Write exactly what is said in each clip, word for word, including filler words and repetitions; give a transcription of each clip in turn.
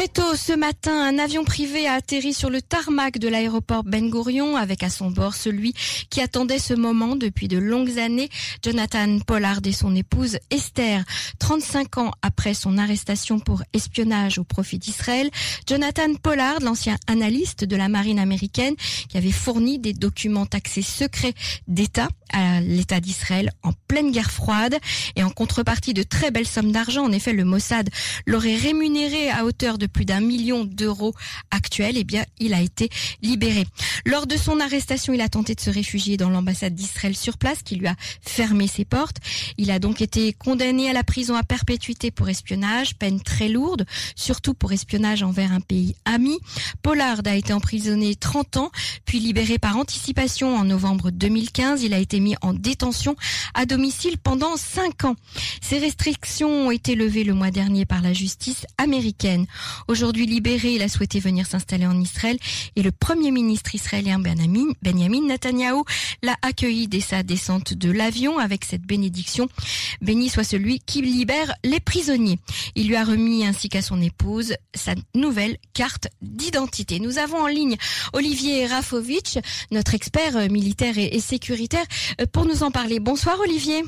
Très tôt ce matin, un avion privé a atterri sur le tarmac de l'aéroport Ben Gurion avec à son bord celui qui attendait ce moment depuis de longues années, Jonathan Pollard et son épouse Esther. trente-cinq ans après son arrestation pour espionnage au profit d'Israël, Jonathan Pollard, l'ancien analyste de la marine américaine qui avait fourni des documents taxés secrets d'État à l'État d'Israël en pleine guerre froide et en contrepartie de très belles sommes d'argent. En effet, le Mossad l'aurait rémunéré à hauteur de plus d'un million d'euros actuels. Eh bien, il a été libéré. Lors de son arrestation, il a tenté de se réfugier dans l'ambassade d'Israël sur place qui lui a fermé ses portes. Il a donc été condamné à la prison à perpétuité pour espionnage, peine très lourde, surtout pour espionnage envers un pays ami. Pollard a été emprisonné trente ans, puis libéré par anticipation en novembre deux mille quinze. Il a été mis en détention à domicile pendant cinq ans. Ces restrictions ont été levées le mois dernier par la justice américaine. Aujourd'hui libéré, il a souhaité venir s'installer en Israël et le premier ministre israélien Benjamin, Benjamin Netanyahou l'a accueilli dès sa descente de l'avion avec cette bénédiction. Béni soit celui qui libère les prisonniers. Il lui a remis ainsi qu'à son épouse sa nouvelle carte d'identité. Nous avons en ligne Olivier Rafovitch, notre expert militaire et sécuritaire, pour nous en parler. Bonsoir Olivier.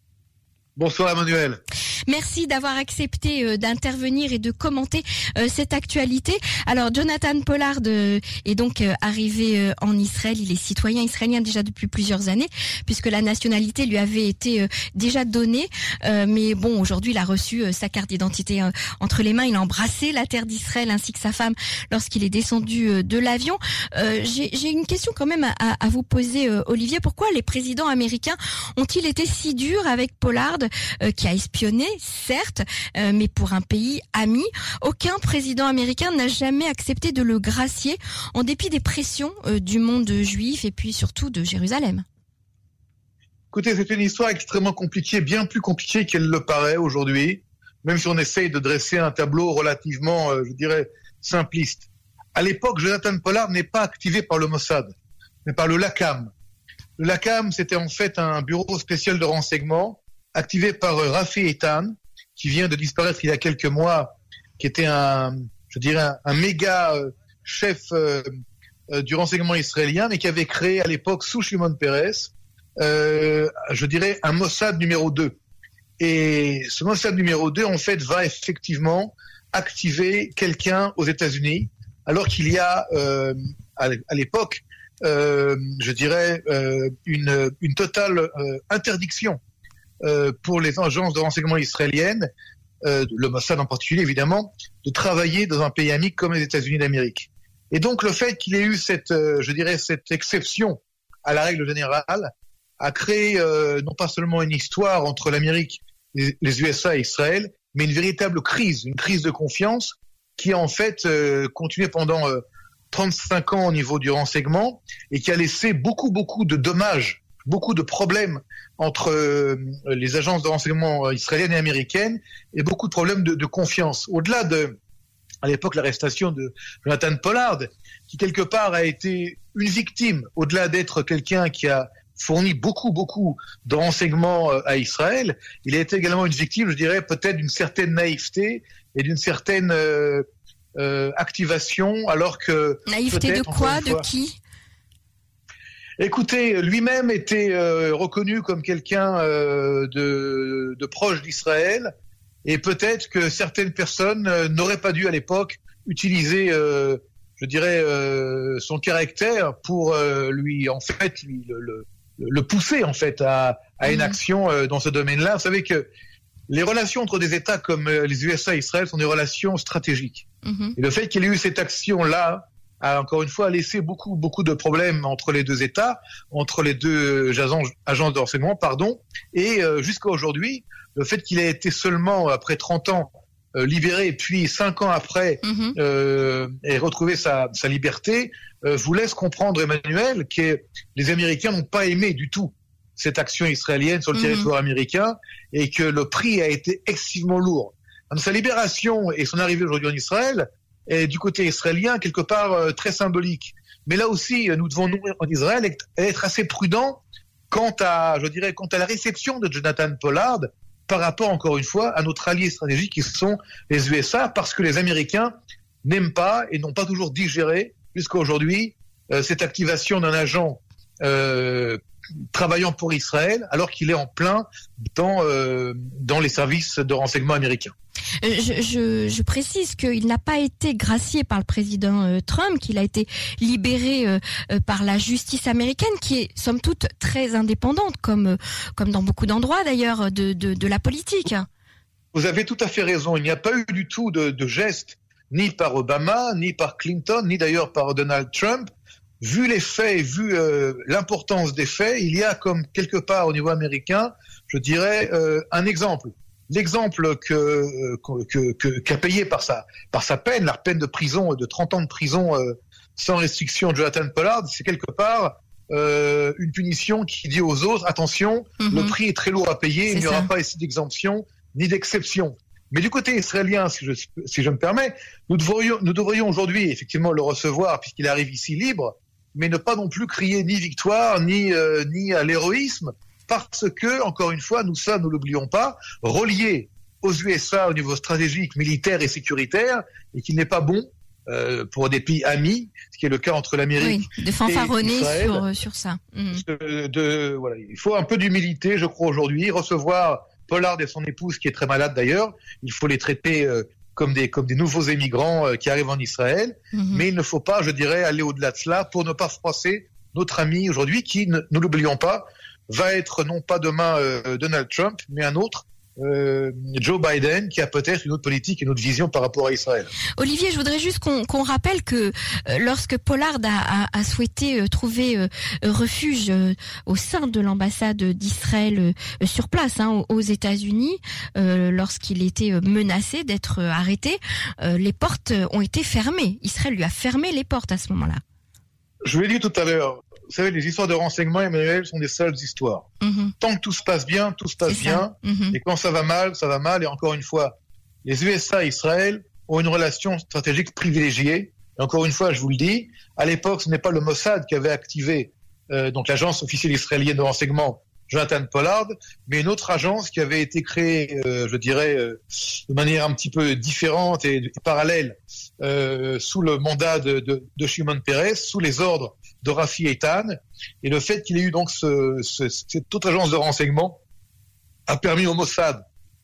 Bonsoir Emmanuel. Merci d'avoir accepté euh, d'intervenir et de commenter euh, cette actualité. Alors Jonathan Pollard euh, est donc euh, arrivé euh, en Israël. Il est citoyen israélien déjà depuis plusieurs années puisque la nationalité lui avait été euh, déjà donnée. Euh, mais bon, aujourd'hui il a reçu euh, sa carte d'identité euh, entre les mains. Il a embrassé la terre d'Israël ainsi que sa femme lorsqu'il est descendu euh, de l'avion. Euh, j'ai, j'ai une question quand même à, à vous poser euh, Olivier. Pourquoi les présidents américains ont-ils été si durs avec Pollard euh, qui a espionné, certes, euh, mais pour un pays ami? Aucun président américain n'a jamais accepté de le gracier en dépit des pressions euh, du monde juif et puis surtout de Jérusalem. Écoutez, c'est une histoire extrêmement compliquée, bien plus compliquée qu'elle le paraît aujourd'hui, même si on essaye de dresser un tableau relativement, euh, je dirais, simpliste. À l'époque, Jonathan Pollard n'est pas activé par le Mossad, mais par le LACAM. Le LACAM, c'était en fait un bureau spécial de renseignement activé par euh, Rafi Eitan, qui vient de disparaître il y a quelques mois, qui était un, je dirais, un, un méga euh, chef euh, euh, du renseignement israélien, mais qui avait créé à l'époque, sous Shimon Peres, euh, je dirais, un Mossad numéro deux. Et ce Mossad numéro deux, en fait, va effectivement activer quelqu'un aux États-Unis, alors qu'il y a, euh, à l'époque, euh, je dirais, euh, une, une totale euh, interdiction Euh, pour les agences de renseignement israéliennes, euh, le Mossad en particulier évidemment, de travailler dans un pays ami comme les États-Unis d'Amérique. Et donc le fait qu'il ait eu cette, euh, je dirais, cette exception à la règle générale a créé euh, non pas seulement une histoire entre l'Amérique, les, les U S A et Israël, mais une véritable crise, une crise de confiance qui a en fait euh, continué pendant euh, trente-cinq ans au niveau du renseignement et qui a laissé beaucoup, beaucoup de dommages, beaucoup de problèmes entre euh, les agences de renseignement israéliennes et américaines et beaucoup de problèmes de, de confiance. Au-delà de, à l'époque, l'arrestation de Jonathan Pollard, qui quelque part a été une victime, au-delà d'être quelqu'un qui a fourni beaucoup, beaucoup de renseignements à Israël, il a été également une victime, je dirais, peut-être d'une certaine naïveté et d'une certaine euh, euh, activation, alors que... Naïveté de quoi? De qui? Écoutez, lui-même était euh, reconnu comme quelqu'un euh, de, de proche d'Israël, et peut-être que certaines personnes euh, n'auraient pas dû à l'époque utiliser, euh, je dirais, euh, son caractère pour euh, lui, en fait, lui, le, le, le pousser en fait à, à une mmh. action euh, dans ce domaine-là. Vous savez que les relations entre des États comme euh, les U S A et Israël sont des relations stratégiques. Mmh. Et le fait qu'il ait eu cette action-là a encore une fois laissé beaucoup beaucoup de problèmes entre les deux États, entre les deux agences, agences de renseignement, pardon, et euh, jusqu'à aujourd'hui, le fait qu'il ait été seulement après trente ans euh, libéré, puis cinq ans après mm-hmm. euh, ait retrouvé sa, sa liberté, euh, vous laisse comprendre, Emmanuel, que les Américains n'ont pas aimé du tout cette action israélienne sur le mm-hmm. territoire américain et que le prix a été excessivement lourd. Donc, sa libération et son arrivée aujourd'hui en Israël est du côté israélien quelque part euh, très symbolique. Mais là aussi, nous devons nous en Israël être, être assez prudents quant à, je dirais, quant à la réception de Jonathan Pollard par rapport, encore une fois, à notre allié stratégique qui sont les U S A, parce que les Américains n'aiment pas et n'ont pas toujours digéré jusqu'à aujourd'hui euh, cette activation d'un agent euh, travaillant pour Israël alors qu'il est en plein dans, euh, dans les services de renseignement américains. Je, je, je précise qu'il n'a pas été gracié par le président euh, Trump, qu'il a été libéré euh, euh, par la justice américaine, qui est somme toute très indépendante, comme, euh, comme dans beaucoup d'endroits d'ailleurs de, de, de la politique. Vous avez tout à fait raison. Il n'y a pas eu du tout de, de geste, ni par Obama, ni par Clinton, ni d'ailleurs par Donald Trump. Vu les faits et vu euh, l'importance des faits, il y a comme quelque part au niveau américain, je dirais, euh, un exemple. L'exemple que, que, que, qu'a payé par sa, par sa peine, la peine de prison, de trente ans de prison euh, sans restriction, Jonathan Pollard, c'est quelque part euh, une punition qui dit aux autres, attention, mm-hmm. le prix est très lourd à payer, c'est il n'y aura ça. Pas ici d'exemption ni d'exception. Mais du côté israélien, si je, si je me permets, nous devrions, nous devrions aujourd'hui effectivement le recevoir puisqu'il arrive ici libre, mais ne pas non plus crier ni victoire, ni, euh, ni à l'héroïsme, parce que, encore une fois, nous sommes, nous l'oublions pas, reliés aux U S A au niveau stratégique, militaire et sécuritaire, et qu'il n'est pas bon euh, pour des pays amis, ce qui est le cas entre l'Amérique oui, de fanfaronner et Israël, sur, sur ça. Mmh. De, de, voilà, il faut un peu d'humilité, je crois, aujourd'hui, recevoir Pollard et son épouse, qui est très malade d'ailleurs, il faut les traiter euh, comme des, comme des nouveaux émigrants euh, qui arrivent en Israël, mmh. mais il ne faut pas, je dirais, aller au-delà de cela pour ne pas froisser notre ami aujourd'hui, qui, ne nous l'oublions pas, va être non pas demain euh, Donald Trump, mais un autre, euh, Joe Biden, qui a peut-être une autre politique et une autre vision par rapport à Israël. Olivier, je voudrais juste qu'on, qu'on rappelle que euh, lorsque Pollard a, a, a souhaité euh, trouver euh, refuge euh, au sein de l'ambassade d'Israël euh, sur place, hein, aux États-Unis, euh, lorsqu'il était menacé d'être euh, arrêté, euh, les portes ont été fermées. Israël lui a fermé les portes à ce moment-là. Je vous l'ai dit tout à l'heure. Vous savez, les histoires de renseignement, Emmanuel, sont des seules histoires. Mmh. Tant que tout se passe bien, tout se passe C'est bien. Mmh. Et quand ça va mal, ça va mal. Et encore une fois, les U S A et Israël ont une relation stratégique privilégiée. Et encore une fois, je vous le dis, à l'époque, ce n'est pas le Mossad qui avait activé euh, donc l'agence officielle israélienne de renseignement Jonathan Pollard, mais une autre agence qui avait été créée, euh, je dirais, euh, de manière un petit peu différente et, et parallèle euh, sous le mandat de, de, de Shimon Peres, sous les ordres de Rafi Eitan. Et le fait qu'il ait eu donc ce, ce, cette autre agence de renseignement a permis au Mossad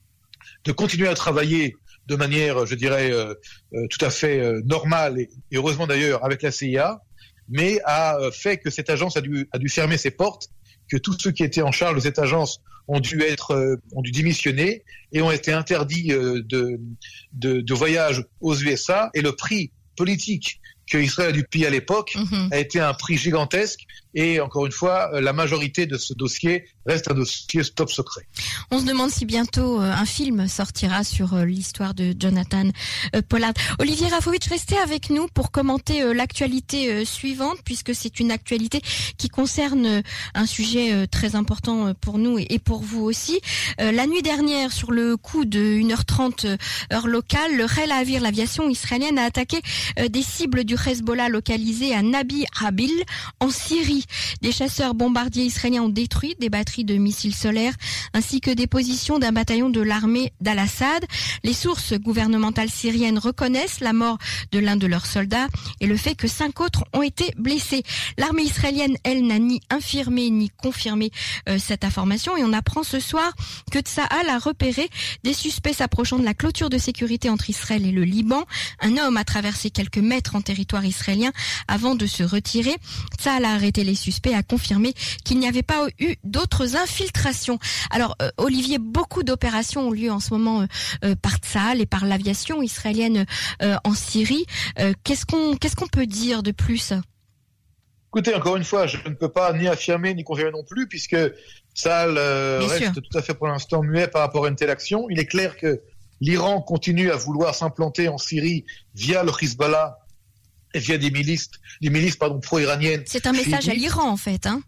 de continuer à travailler de manière, je dirais, euh, euh, tout à fait euh, normale, et, et heureusement d'ailleurs avec la C I A, mais a fait que cette agence a dû, a dû fermer ses portes, que tous ceux qui étaient en charge de cette agence ont dû être, euh, ont dû démissionner et ont été interdits euh, de, de, de voyage aux U S A. Et le prix politique que Israël a dû payer à l'époque mmh. a été un prix gigantesque. Et encore une fois, la majorité de ce dossier reste un dossier top secret. On se demande si bientôt euh, un film sortira sur euh, l'histoire de Jonathan euh, Pollard. Olivier Rafovitch, restez avec nous pour commenter euh, l'actualité euh, suivante, puisque c'est une actualité qui concerne euh, un sujet euh, très important euh, pour nous et, et pour vous aussi. Euh, la nuit dernière, sur le coup de une heure trente euh, heure locale, le Hel Havir, l'aviation israélienne, a attaqué euh, des cibles du Hezbollah localisées à Nabi Habil, en Syrie. Des chasseurs bombardiers israéliens ont détruit des batteries de missiles solaires ainsi que des positions d'un bataillon de l'armée d'Al-Assad. Les sources gouvernementales syriennes reconnaissent la mort de l'un de leurs soldats et le fait que cinq autres ont été blessés. L'armée israélienne, elle, n'a ni infirmé ni confirmé euh, cette information, et on apprend ce soir que Tsahal a repéré des suspects s'approchant de la clôture de sécurité entre Israël et le Liban. Un homme a traversé quelques mètres en territoire israélien avant de se retirer. Tsahal a arrêté les suspects, a confirmé qu'il n'y avait pas eu d'autres infiltrations. Alors, euh, Olivier, beaucoup d'opérations ont lieu en ce moment euh, euh, par Tsahal et par l'aviation israélienne euh, en Syrie. Euh, qu'est-ce qu'on, qu'est-ce qu'on peut dire de plus ? Écoutez, encore une fois, je ne peux pas ni affirmer ni confirmer non plus, puisque Tsahal euh, reste sûr. tout à fait pour l'instant muet par rapport à une telle action. Il est clair que l'Iran continue à vouloir s'implanter en Syrie via le Hezbollah et via des milices, des milices pardon, pro-iraniennes. C'est un message à l'Iran, en fait. Hein.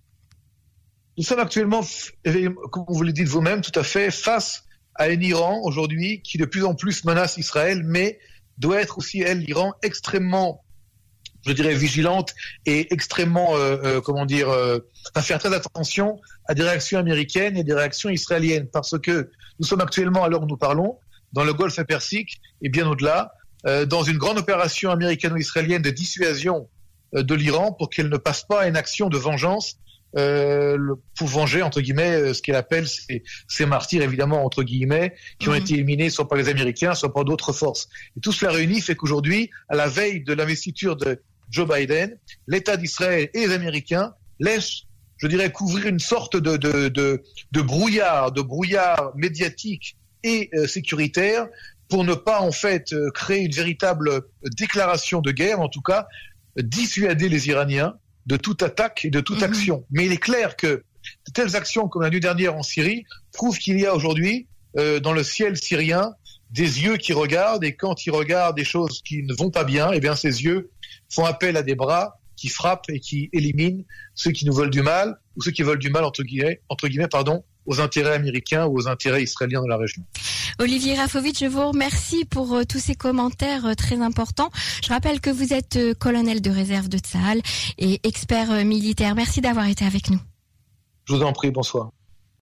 Nous sommes actuellement, comme vous le dites vous-même, tout à fait face à un Iran aujourd'hui qui de plus en plus menace Israël, mais doit être aussi, elle, l'Iran, extrêmement, je dirais, vigilante et extrêmement, euh, euh, comment dire, euh, à faire très attention à des réactions américaines et des réactions israéliennes, parce que nous sommes actuellement, à l'heure où nous parlons, dans le Golfe Persique et bien au-delà, euh, dans une grande opération américano-israélienne de dissuasion euh, de l'Iran pour qu'elle ne passe pas à une action de vengeance euh, pour venger, entre guillemets, ce qu'elle appelle ces, ces martyrs, évidemment, entre guillemets, qui mmh. ont été éliminés soit par les Américains, soit par d'autres forces. Et tout cela réuni fait qu'aujourd'hui, à la veille de l'investiture de Joe Biden, l'État d'Israël et les Américains laissent, je dirais, couvrir une sorte de, de, de, de brouillard, de brouillard médiatique et euh, sécuritaire pour ne pas, en fait, euh, créer une véritable déclaration de guerre, en tout cas, euh, dissuader les Iraniens de toute attaque et de toute mmh. action. Mais il est clair que de telles actions comme la nuit dernière en Syrie prouvent qu'il y a aujourd'hui, euh, dans le ciel syrien, des yeux qui regardent, et quand ils regardent des choses qui ne vont pas bien, eh bien, ces yeux font appel à des bras qui frappent et qui éliminent ceux qui nous veulent du mal, ou ceux qui veulent du mal, entre guillemets, entre guillemets, pardon, aux intérêts américains ou aux intérêts israéliens dans la région. Olivier Rafovitch, je vous remercie pour euh, tous ces commentaires euh, très importants. Je rappelle que vous êtes euh, colonel de réserve de Tsahal et expert euh, militaire. Merci d'avoir été avec nous. Je vous en prie, bonsoir.